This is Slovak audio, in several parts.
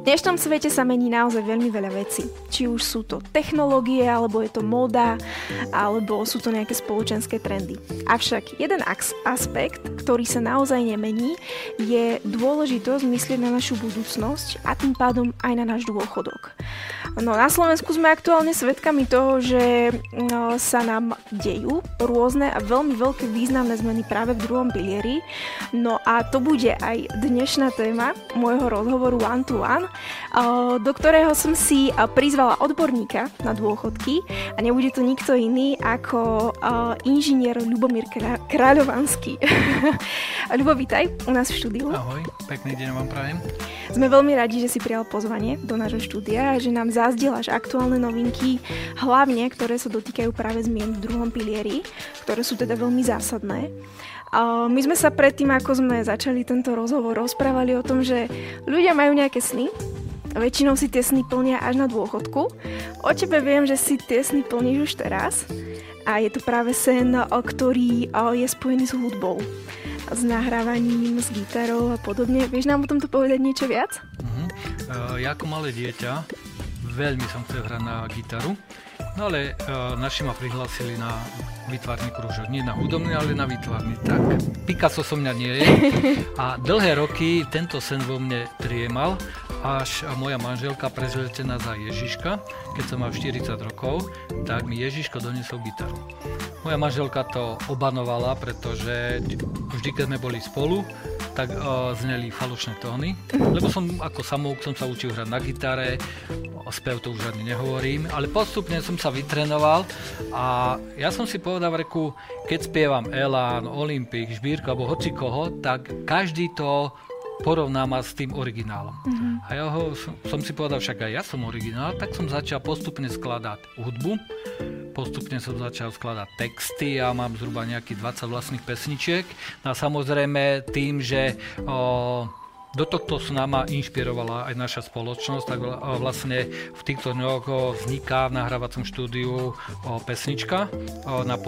dnešnom svete sa mení naozaj veľmi veľa vecí. Či už sú to technológie, alebo je to móda, alebo sú to nejaké spoločenské trendy. Avšak jeden aspekt, ktorý sa naozaj nemení, je dôležitosť myslieť na našu budúcnosť a tým pádom aj na náš dôchodok. No, na Slovensku sme aktuálne svedkami toho, že sa nám dejú rôzne a veľmi veľké významné zmeny práve v druhom pilieri. No a to bude aj dnešná téma môjho rozhovoru One to One, do ktorého som si prizvala odborníka na dôchodky a nebude to nikto iný ako inžinier Ľubomír Kráľovanský. Ľubo, vítaj u nás v štúdiu. Ahoj, pekný deň vám prajem. Sme veľmi radi, že si prijal pozvanie do nášho štúdia a že nám zazdieľaš aktuálne novinky, hlavne ktoré sa dotýkajú práve zmien v druhom pilieri, ktoré sú teda veľmi zásadné. My sme sa predtým, ako sme začali tento rozhovor, rozprávali o tom, že ľudia majú nejaké sny. Väčšinou si tie sny plnia až na dôchodku. O tebe viem, že si tie sny plníš už teraz. A je to práve sen, ktorý je spojený s hudbou, s nahrávaním, s gitarou a podobne. Vieš nám o tomto povedať niečo viac? Ja ako malé dieťa veľmi som chcel hrať na gitaru, no ale naši ma prihlásili na výtvarný krúžok. Nie na hudobný, ale na výtvarný. Tak Picasso som mňa nie je. A dlhé roky tento sen vo mne triemal, až moja manželka prezletená za Ježiška, keď som mal 40 rokov, tak mi Ježiško doniesol gitaru. Moja manželka to obanovala, pretože vždy, keď sme boli spolu, tak zneli falošné tóny, lebo som ako samouk som sa učil hrať na gitare, spev to už ani nehovorím, ale postupne som sa vytrénoval a ja som si povedal v reku, keď spievam Elán, Olympik, Žbírku alebo hocikoho, tak každý to porovnáva s tým originálom. A ja som si povedal, však aj ja som originál, tak som začal postupne skladať hudbu, postupne som začal skladať texty a mám zhruba nejakých 20 vlastných pesničiek. No a samozrejme tým, že do tohto s nama inšpirovala aj naša spoločnosť, tak vlastne v týchto dňoch vzniká v nahrávacom štúdiu pesnička na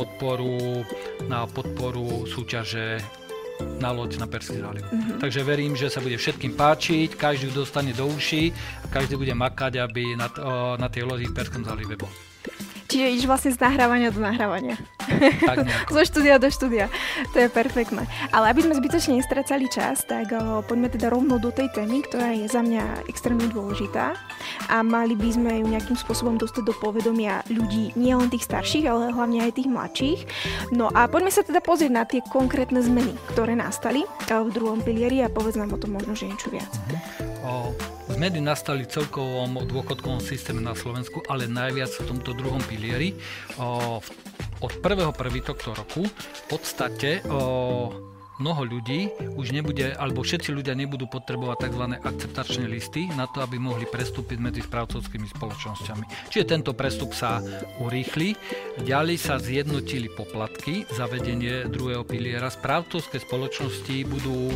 podporu súťaže na loď na Perský záliv. Takže verím, že sa bude všetkým páčiť, každý dostane do uší a každý bude makať, aby na tej lodi v Perskom zálive bol. Čiže ideš vlastne z nahrávania do nahrávania. Tak nejako. Zo štúdia do štúdia. To je perfektné. Ale aby sme zbytočne nestracali čas, tak poďme teda rovno do tej témy, ktorá je za mňa extrémne dôležitá a mali by sme ju nejakým spôsobom dostať do povedomia ľudí, nie len tých starších, ale hlavne aj tých mladších. No a poďme sa teda pozrieť na tie konkrétne zmeny, ktoré nastali v druhom pilieri a povedz nám o tom možno, že niečo viac. Zmeny nastali v celkovom dôchodkovom systéme na Slovensku, ale najviac v tomto druhom pilieri. Od 1.1. tohto roku v podstate mnoho ľudí už nebude, alebo všetci ľudia nebudú potrebovať tzv. Akceptačné listy na to, aby mohli prestúpiť medzi správcovskými spoločnosťami. Čiže tento prestup sa urýchli. Ďalej sa zjednotili poplatky za vedenie druhého piliera. Správcovské spoločnosti budú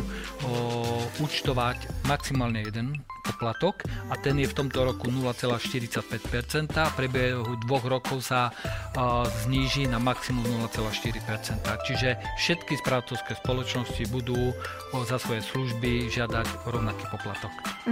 účtovať maximálne jeden poplatok a ten je v tomto roku 0,45%. V priebehu 2 rokov sa zníži na maximum 0,4%. Čiže všetky správcovské spoločnosti budú za svoje služby žiadať rovnaký poplatok.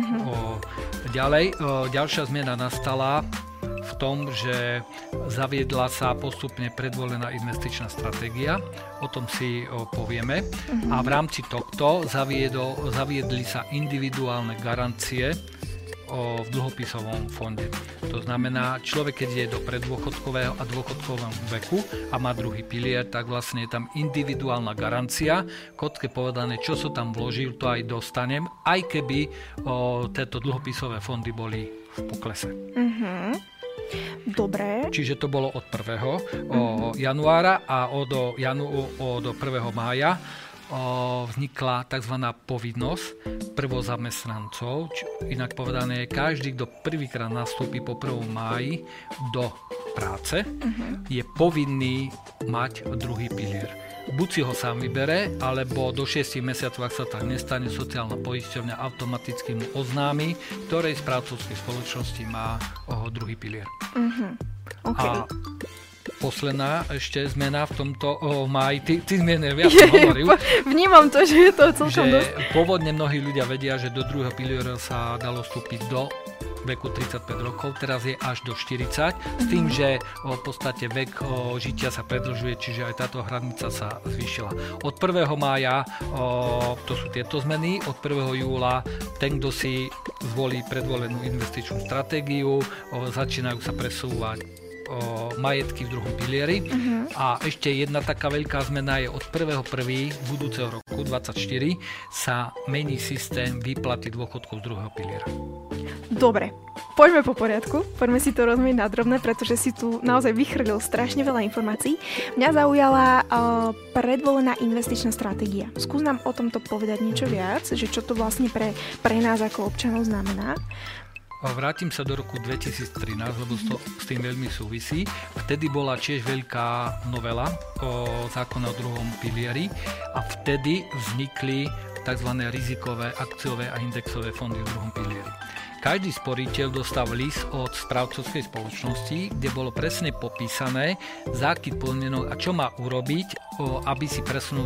Ďalšia zmena nastala v tom, že zaviedla sa postupne predvolená investičná stratégia. O tom si povieme. A v rámci tohto zaviedli sa individuálne garancie v dlhopisovom fonde. To znamená, človek, keď je do preddôchodkového a dôchodkového veku a má druhý pilier, tak vlastne je tam individuálna garancia. Kotke povedané, čo som tam vložil, to aj dostanem, aj keby tieto dlhopisové fondy boli v poklese. Dobre. Čiže to bolo od 1. januára a od 1. mája vznikla tzv. Povinnosť prvozamestnancov. Inak povedané, každý, kto prvýkrát nastúpi po 1. máji do práce, je povinný mať druhý pilier. Buď si ho sám vybere, alebo do 6 mesiacov, ak sa tak nestane, sociálna poisťovňa automaticky mu oznámi, ktorej správcovskej spoločnosti má druhý pilier. Okay. A posledná ešte zmena v tomto máji. Ty zmiene viac hovoril. Vnímam to, že je to celkom dosť. Pôvodne mnohí ľudia vedia, že do druhého piliera sa dalo vstúpiť do veku 35 rokov, teraz je až do 40, s tým, že v podstate vek žitia sa predĺžuje, čiže aj táto hranica sa zvýšila. Od 1. mája, to sú tieto zmeny, od 1. júla ten, kto si zvolí predvolenú investičnú stratégiu, začínajú sa presúvať majetky v druhom pilieri. A ešte jedna taká veľká zmena je od 1.1. budúceho roku 2024 sa mení systém výplaty dôchodkov z druhého piliera. Dobre, poďme po poriadku, poďme si to rozmieť na drobné, pretože si tu naozaj vychrlil strašne veľa informácií. Mňa zaujala predvolená investičná stratégia. Skús nám o tomto povedať niečo viac, že čo to vlastne pre nás ako občanov znamená. Vrátim sa do roku 2013, lebo s tým veľmi súvisí. Vtedy bola tiež veľká novela o zákona o druhom pilieri a vtedy vznikli tzv. Rizikové akciové a indexové fondy v druhom pilieri. Každý sporiteľ dostal list od správcovskej spoločnosti, kde bolo presne popísané, za aký podmienok a čo má urobiť, aby si presunul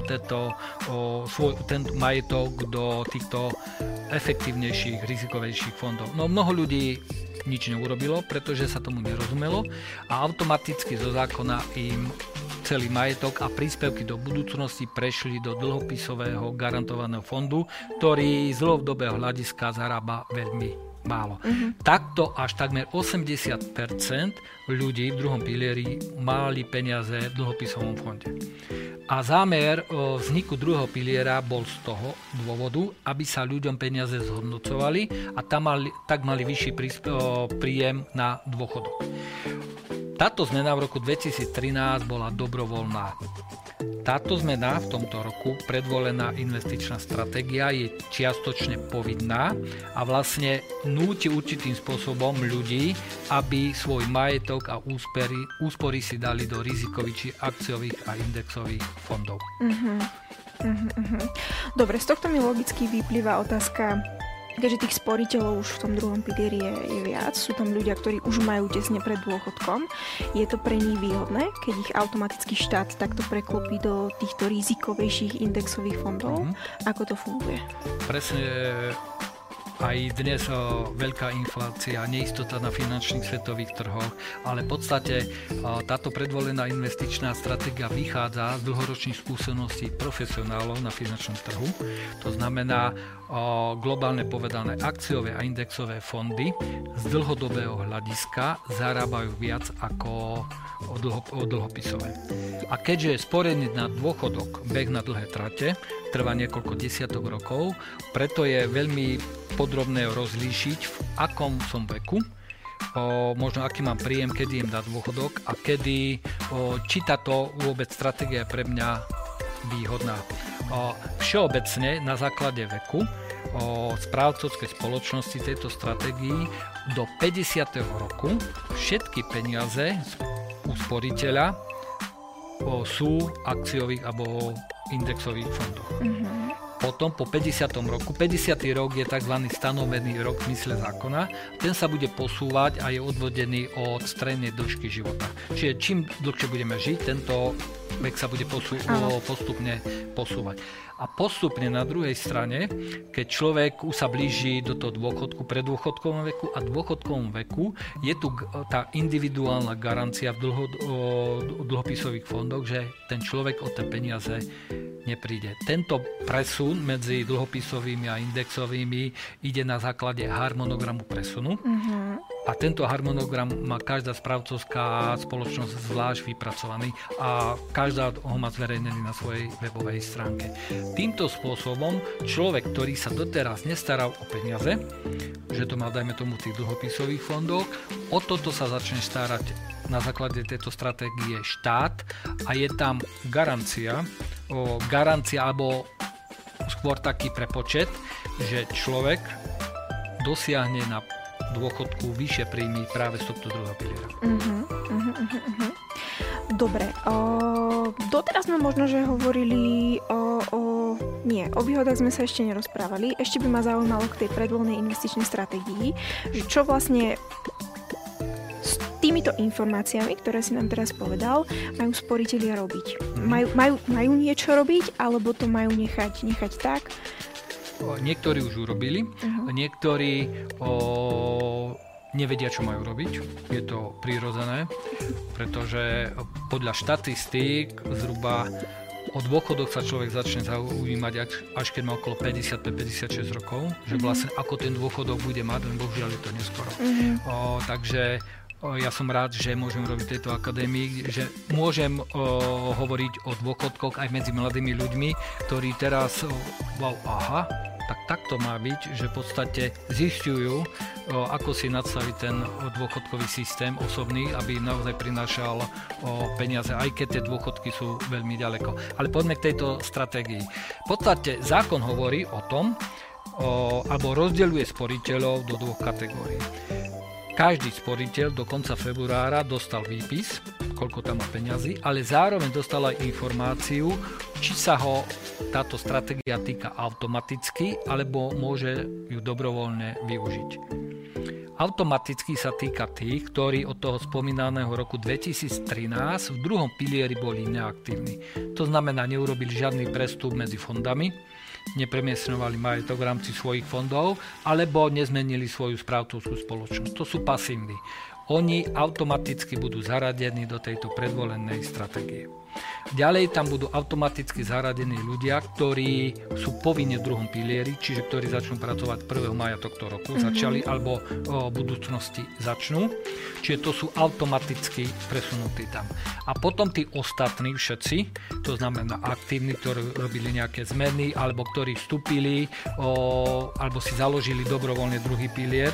ten majetok do týchto efektívnejších, rizikovejších fondov. No mnoho ľudí nič neurobilo, pretože sa tomu nerozumelo a automaticky zo zákona im celý majetok a príspevky do budúcnosti prešli do dlhopisového garantovaného fondu, ktorý z dlhodobého hľadiska zarába veľmi málo. Takto až takmer 80% ľudí v druhom pilieri mali peniaze v dlhopisovom fonde. A zámer vzniku druhého piliera bol z toho dôvodu, aby sa ľuďom peniaze zhodnocovali a tak mali vyšší príjem na dôchodok. Táto zmena v roku 2013 bola dobrovoľná. Táto zmena v tomto roku, predvolená investičná stratégia, je čiastočne povinná a vlastne núti určitým spôsobom ľudí, aby svoj majetok a úspory si dali do rizikových, akciových a indexových fondov. Dobre, z tohto mi logicky vyplýva otázka, keďže tých sporiteľov už v tom druhom pilieri je viac, sú tam ľudia, ktorí už majú tesne pred dôchodkom. Je to pre nich výhodné, keď ich automaticky štát takto preklopí do týchto rizikovejších indexových fondov? Ako to funguje? Presne. Aj dnes veľká inflácia, neistota na finančných svetových trhoch, ale v podstate táto predvolená investičná stratégia vychádza z dlhoročných skúseností profesionálov na finančnom trhu. To znamená globálne povedané akciové a indexové fondy z dlhodobého hľadiska zarábajú viac ako dlhopisové. A keďže je sporenie na dôchodok beh na dlhé trate, trvá niekoľko desiatok rokov, preto je veľmi podrobné rozlíšiť, v akom som veku, možno aký mám príjem, kedy im dá dôchodok a kedy, či táto vôbec stratégia je pre mňa výhodná. Všeobecne na základe veku správcovskej spoločnosti tejto stratégii do 50. roku všetky peniaze u sporiteľa sú akciových alebo indexových fondov. Potom po 50. roku, 50. rok je tzv. Stanovený rok v zmysle zákona, ten sa bude posúvať a je odvodený od strednej dĺžky života. Čiže čím dlhšie budeme žiť, tento vek sa bude postupne posúvať. A postupne na druhej strane, keď človek už sa blíži do toho dôchodku, predôchodkovom veku a dôchodkovom veku, je tu tá individuálna garancia v dlhopisových fondoch, že ten človek o tie peniaze nepríde. Tento presun medzi dlhopisovými a indexovými ide na základe harmonogramu presunu. A tento harmonogram má každá správcovská spoločnosť zvlášť vypracovaný a každá ho má zverejnený na svojej webovej stránke. Týmto spôsobom človek, ktorý sa doteraz nestaral o peniaze, že to má dajme tomu v tých dlhopisových fondoch, o toto sa začne starať na základe tejto stratégie štát a je tam garancia alebo skôr taký prepočet, že človek dosiahne na dôchodku vyššie príjmy práve z tohto druhého piliera. Dobre, doteraz sme možno, že hovorili o výhodách sme sa ešte nerozprávali. Ešte by ma zaujímalo k tej predvoľnej investičnej stratégii, že čo vlastne s tými týmito informáciami, ktoré si nám teraz povedal, majú sporitelia robiť? Majú niečo robiť, alebo to majú nechať tak? Niektorí už urobili, niektorí nevedia, čo majú robiť. Je to prirodzené, pretože podľa štatistík zhruba o dôchodoch sa človek začne zaujímať až keď má okolo 55-56 rokov, že vlastne ako ten dôchodok bude mať, len bohužiaľ je to neskoro. Takže ja som rád, že môžem robiť tejto akadémii, že môžem hovoriť o dôchodkoch aj medzi mladými ľuďmi, ktorí teraz, tak to má byť, že v podstate zistujú, ako si nastaviť ten dôchodkový systém osobný, aby naozaj prinášal peniaze, aj keď tie dôchodky sú veľmi ďaleko. Ale poďme k tejto stratégii. V podstate zákon hovorí o tom, alebo rozdeľuje sporiteľov do dvoch kategórií. Každý sporiteľ do konca februára dostal výpis, koľko tam má peňazí, ale zároveň dostal aj informáciu, či sa ho táto stratégia týka automaticky, alebo môže ju dobrovoľne využiť. Automaticky sa týka tých, ktorí od toho spomínaného roku 2013 v druhom pilieri boli neaktívni. To znamená, neurobili žiadny prestup medzi fondami, nepremiestňovali majetok v rámci svojich fondov alebo nezmenili svoju správcovskú spoločnosť. To sú pasívni. Oni automaticky budú zaradení do tejto predvolenej stratégie. Ďalej tam budú automaticky zaradení ľudia, ktorí sú povinne v druhom pilieri, čiže ktorí začnú pracovať 1. mája tohto roku, začali alebo v budúcnosti začnú. Čiže to sú automaticky presunutí tam. A potom tí ostatní všetci, to znamená aktívni, ktorí robili nejaké zmeny, alebo ktorí vstúpili, alebo si založili dobrovoľne druhý pilier,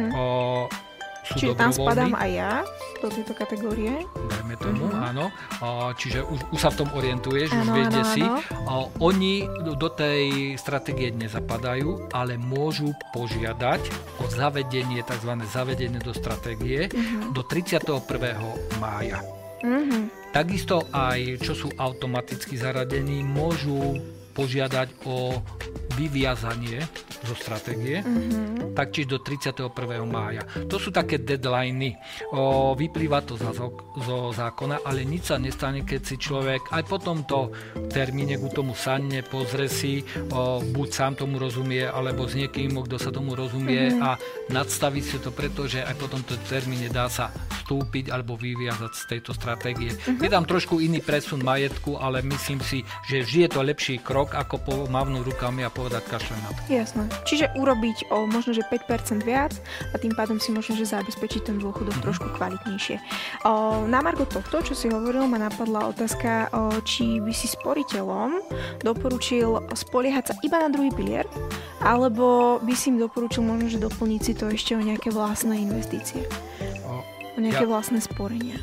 čiže tam spadám aj ja do tejto kategórie? Dajme tomu, áno. Čiže už sa v tom orientuješ, už viete si. Oni do tej stratégie nezapadajú, ale môžu požiadať o zavedenie, tzv. Zavedenie do stratégie do 31. mája. Takisto aj, čo sú automaticky zaradení, môžu požiadať o vyviazanie zo stratégie, taktiež do 31. mája. To sú také deadliny. Vyplýva to zo zákona, ale nič sa nestane, keď si človek aj po tomto termíne k tomu sadne, pozrie si, buď sám tomu rozumie, alebo s niekým, kto sa tomu rozumie a nadstaví si to, pretože aj po tomto termíne dá sa vstúpiť alebo vyviazať z tejto stratégie. Je tam trošku iný presun majetku, ale myslím si, že vždy je to lepší krok, ako mávnuť rukami a povedať kašlem na to. Jasné. Čiže urobiť o možno, že 5% viac a tým pádom si možno, že zabezpečiť ten dôchodok trošku kvalitnejšie. Na margo tohto, čo si hovoril, ma napadla otázka, či by si sporiteľom doporučil spoliehať sa iba na druhý pilier, alebo by si im doporučil možno, že doplniť si to ešte o nejaké vlastné investície. O nejaké vlastné sporenia.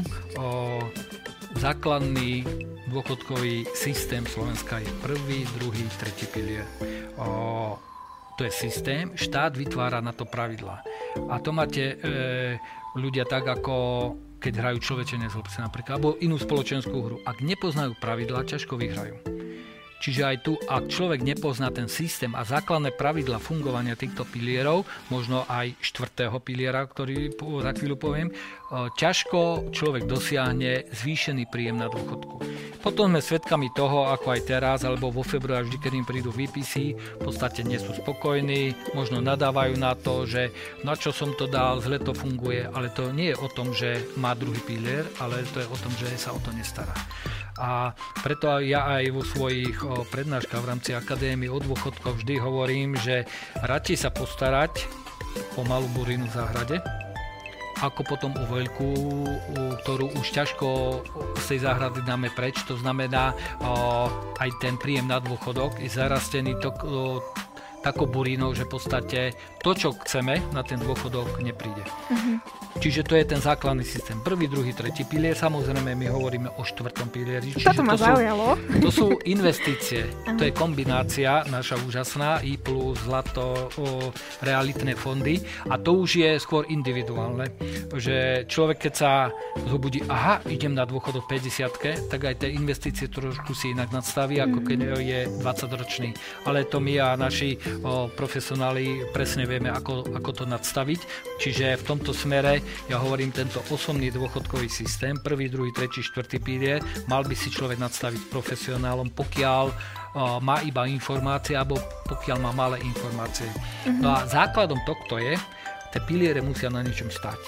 Základný dôchodkový systém Slovenska je prvý, druhý, tretí pilier. To je systém, štát vytvára na to pravidlá. A to máte ľudia tak, ako keď hrajú Človeče nezlob sa napríklad, alebo inú spoločenskú hru. Ak nepoznajú pravidlá, ťažko vyhrajú. Čiže aj tu, ak človek nepozná ten systém a základné pravidlá fungovania týchto pilierov, možno aj 4. piliera, ktorý za chvíľu poviem, ťažko človek dosiahne zvýšený príjem na dôchodku. Potom sme svedkami toho, ako aj teraz, alebo vo februári, vždy, keď im prídu výpisy, v podstate nie sú spokojní, možno nadávajú na to, že na čo som to dal, zle to funguje, ale to nie je o tom, že má druhý pilier, ale to je o tom, že sa o to nestará. A preto ja aj vo svojich prednáškach v rámci akadémie o dôchodkoch vždy hovorím, že radšej sa postarať o malú burinu v záhrade, ako potom o veľkú, ktorú už ťažko z tej záhrady dáme preč. To znamená, aj ten príjem na dôchodok je zarastený takou burínou, že v podstate to, čo chceme na ten dôchodok, nepríde. Čiže to je ten základný systém. Prvý, druhý, tretí pilier. Samozrejme, my hovoríme o 4. pilieri. Toto ma zaujalo. To sú investície. To je kombinácia naša úžasná, I plus, zlato, realitné fondy. A to už je skôr individuálne. že človek, keď sa zobudí, aha, idem na dôchodok 50-ke, tak aj tie investície trošku si inak nadstaví, ako keď je 20-ročný. Ale to my a naši profesionáli presne vieme, ako to nadstaviť. Čiže v tomto smere, ja hovorím, tento osobný dôchodkový systém, prvý, druhý, tretí, štvrtý pilier, mal by si človek nadstaviť profesionálom, pokiaľ má iba informácie, alebo pokiaľ má malé informácie. No a základom tohto je, tie piliere musia na niečom stať.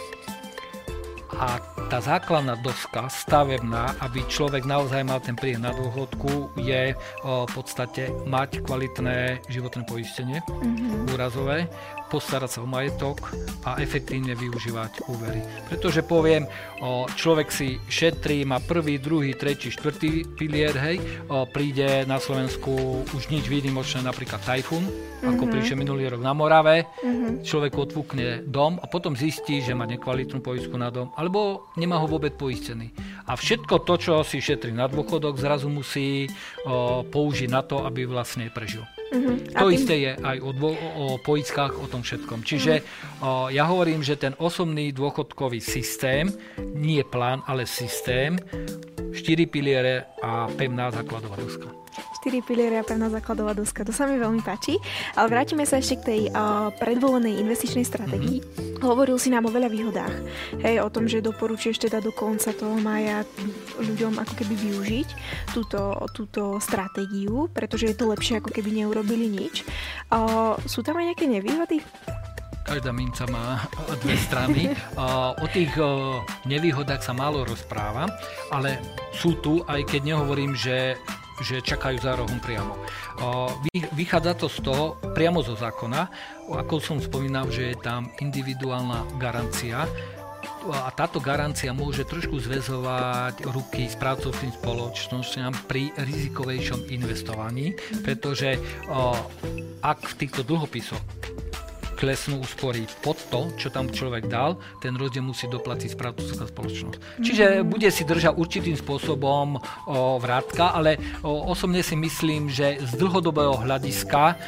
A tá základná doska stavebná, aby človek naozaj mal ten príjem na dôchodku, je v podstate mať kvalitné životné poistenie, úrazové, postarať sa o majetok a efektívne využívať úvery. Pretože poviem, človek si šetrí, má prvý, druhý, tretí, štvrtý pilier, hej, príde na Slovensku už nič výnimočné, napríklad tajfún, ako prišiel minulý rok na Morave, človek odfúkne dom a potom zistí, že má nekvalitnú poistku na dom, alebo nemá ho vôbec poistený. A všetko to, čo si šetrí na dôchodok, zrazu musí použiť na to, aby vlastne prežil. To isté je aj o poistkách, o tom všetkom. Čiže ja hovorím, že ten osobný dôchodkový systém, nie plán, ale systém, 4 piliere a pevná základová doska. 4 piliere a pevná základová doska. To sa mi veľmi páči. Ale vrátime sa ešte k tej predvolenej investičnej stratégii. Hovoril si nám o veľa výhodách. Hej, o tom, že doporučuješ teda do konca toho mája ľuďom ako keby využiť túto stratégiu, pretože je to lepšie, ako keby neurobili nič. Sú tam aj nejaké nevýhody? Každá minca má dve strany. O tých nevýhodách sa málo rozpráva, ale sú tu, aj keď nehovorím, že čakajú za rohom priamo. Vychádza to z toho priamo zo zákona, ako som spomínal, že je tam individuálna garancia a táto garancia môže trošku zväzovať ruky správcovským spoločnostiam pri rizikovejšom investovaní, pretože ak v týchto dlhopisoch klesnú úspory pod to, čo tam človek dal, ten rozdiel musí doplatiť správcovská spoločnosť. Čiže bude si držať určitým spôsobom vrátka, ale osobne si myslím, že z dlhodobého hľadiska,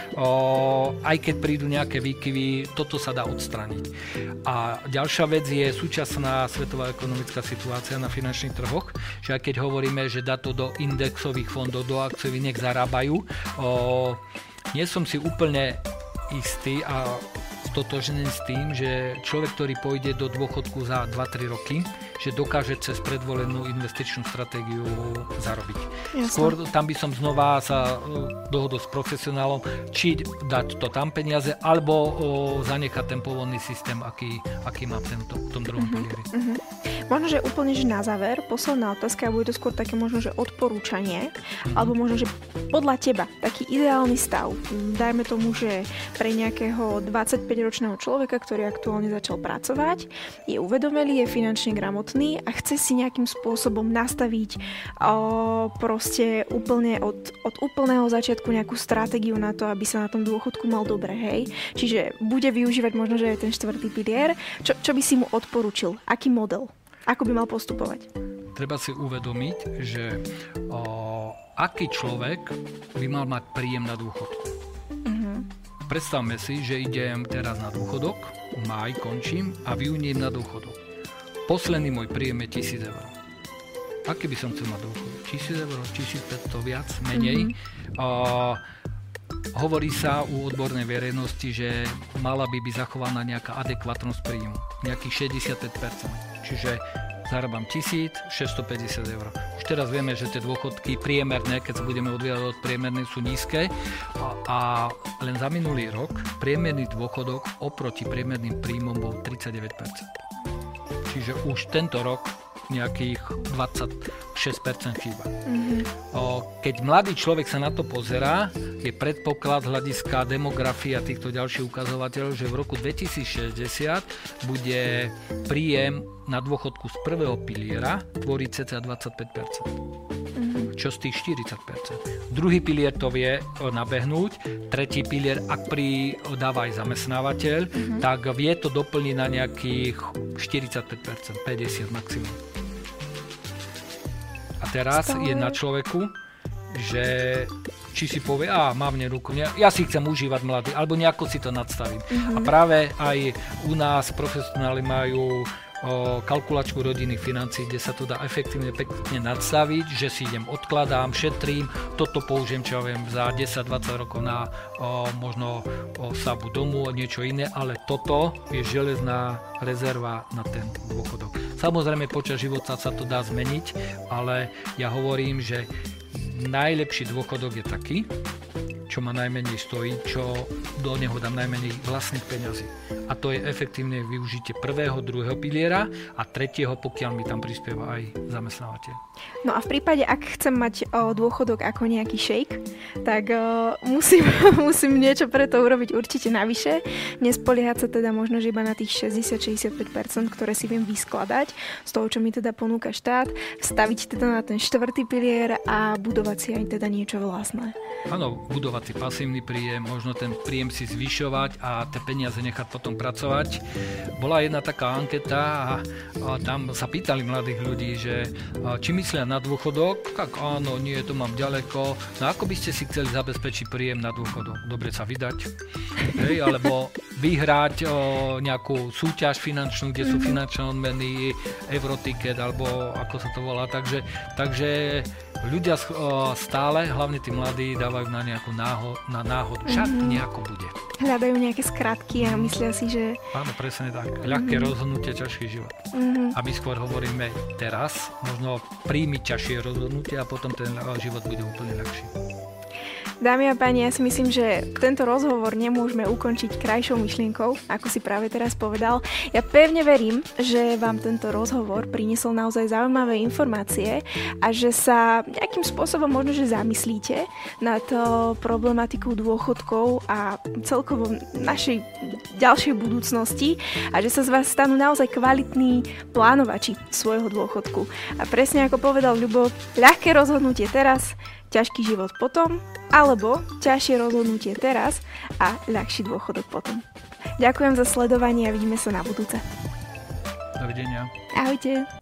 aj keď prídu nejaké výkyvy, toto sa dá odstrániť. A ďalšia vec je súčasná svetová ekonomická situácia na finančných trhoch, že aj keď hovoríme, že dá to do indexových fondov, do akcií, nech zarábajú, nie som si úplne istý a stotožnený s tým, že človek, ktorý pôjde do dôchodku za 2-3 roky, že dokáže cez predvolenú investičnú stratégiu zarobiť. Skôr tam by som znova sa dohodol s profesionálom, či dať to tam peniaze, alebo zanechať ten pôvodný systém, aký má v tom druhom pilieri. Možno, že úplne že na záver, posledná otázka, a bude to skôr také možno, že odporúčanie, alebo možno, že podľa teba taký ideálny stav. Dajme tomu, že pre nejakého 25-ročného človeka, ktorý aktuálne začal pracovať, je uvedomelý, je finančne gramotný a chce si nejakým spôsobom nastaviť proste úplne od úplného začiatku nejakú stratégiu na to, aby sa na tom dôchodku mal dobre, hej. Čiže bude využívať možno, že aj ten 4. pilier. Čo by si mu odporučil? Aký model? Ako by mal postupovať? Treba si uvedomiť, že aký človek by mal mať príjem na dôchodku. Predstavme si, že idem teraz na dôchodok, máj končím a v júni na dôchodok. Posledný môj príjem je 1,000 eur. Aký by som chcel mať dôchodok? 1,000 eur, 1,500, viac, menej. Hovorí sa u odbornej verejnosti, že mala by byť zachovaná nejaká adekvátnosť príjmu, nejakých 65%. Čiže zarábam 1,650 eur. Už teraz vieme, že tie dôchodky priemerné, keď sa budeme odvíjať od priemernej, sú nízke a len za minulý rok priemerný dôchodok oproti priemerným príjmom bol 39%. Čiže už tento rok nejakých 26% chýba. Keď mladý človek sa na to pozerá, je predpoklad hľadiska demografie a týchto ďalších ukazovateľov, že v roku 2060 bude príjem na dôchodku z prvého piliera tvoriť cca 25%. Čo z tých 40%. Druhý pilier to vie nabehnúť, tretí pilier, ak pridáva aj zamestnávateľ, tak vie to doplniť na nejakých 45%, 50% maximum. A teraz je na človeku, že či si povie, mávne ruku, ja si chcem užívať mladý, alebo nejako si to nadstavím. A práve aj u nás profesionáli majú kalkulačku rodinných financií, kde sa to dá efektívne pekne nadstaviť, že si idem, odkladám, šetrím, toto použijem, čo ja viem, za 10-20 rokov na možno stavbu domu, niečo iné, ale toto je železná rezerva na ten dôchodok. Samozrejme, počas života sa to dá zmeniť, ale ja hovorím, že najlepší dôchodok je taký, čo ma najmenej stojí, čo do neho dám najmenej vlastných peňazí. A to je efektívne využitie prvého, druhého piliera a tretieho, pokiaľ mi tam prispieva aj zamestnávateľ. No a v prípade, ak chcem mať dôchodok ako nejaký shake, tak musím niečo pre to urobiť určite navyše. Nespoliehať sa teda možno že iba na tých 60-65%, ktoré si viem vyskladať z toho, čo mi teda ponúka štát, vstaviť teda na ten štvrtý pilier a budovať si aj teda niečo vlastné. Áno, budovať si pasívny príjem, možno ten príjem si zvyšovať a tie peniaze nechať potom pracovať. Bola jedna taká anketa a tam sa pýtali mladých ľudí, že či myslia na dôchodok, tak áno, nie, to mám ďaleko. No ako by ste si chceli zabezpečiť príjem na dôchodok? Dobre sa vydať, alebo vyhrať nejakú súťaž finančnú, kde sú finančné odmeny, Euroticket, alebo ako sa to volá. Takže ľudia stále, hlavne tí mladí, dávajú na nejakú náhodu. Však nejako bude. Hľadajú nejaké skratky a myslia si, že... Áno, presne tak. Ľahké rozhodnutie, ťažký život. A my skôr hovoríme teraz, možno príjmiť ťažšie rozhodnutie a potom ten život bude úplne ľahší. Dámy a páni, ja si myslím, že tento rozhovor nemôžeme ukončiť krajšou myšlienkou, ako si práve teraz povedal. Ja pevne verím, že vám tento rozhovor priniesol naozaj zaujímavé informácie a že sa nejakým spôsobom možno, že zamyslíte nad problematikou dôchodkov a celkovo našej ďalšej budúcnosti a že sa z vás stanú naozaj kvalitní plánovači svojho dôchodku. A presne ako povedal Ľubo, ľahké rozhodnutie teraz, ťažký život potom, alebo ťažšie rozhodnutie teraz a ľahší dôchodok potom. Ďakujem za sledovanie a vidíme sa na budúce. Dovidenia. Ahojte.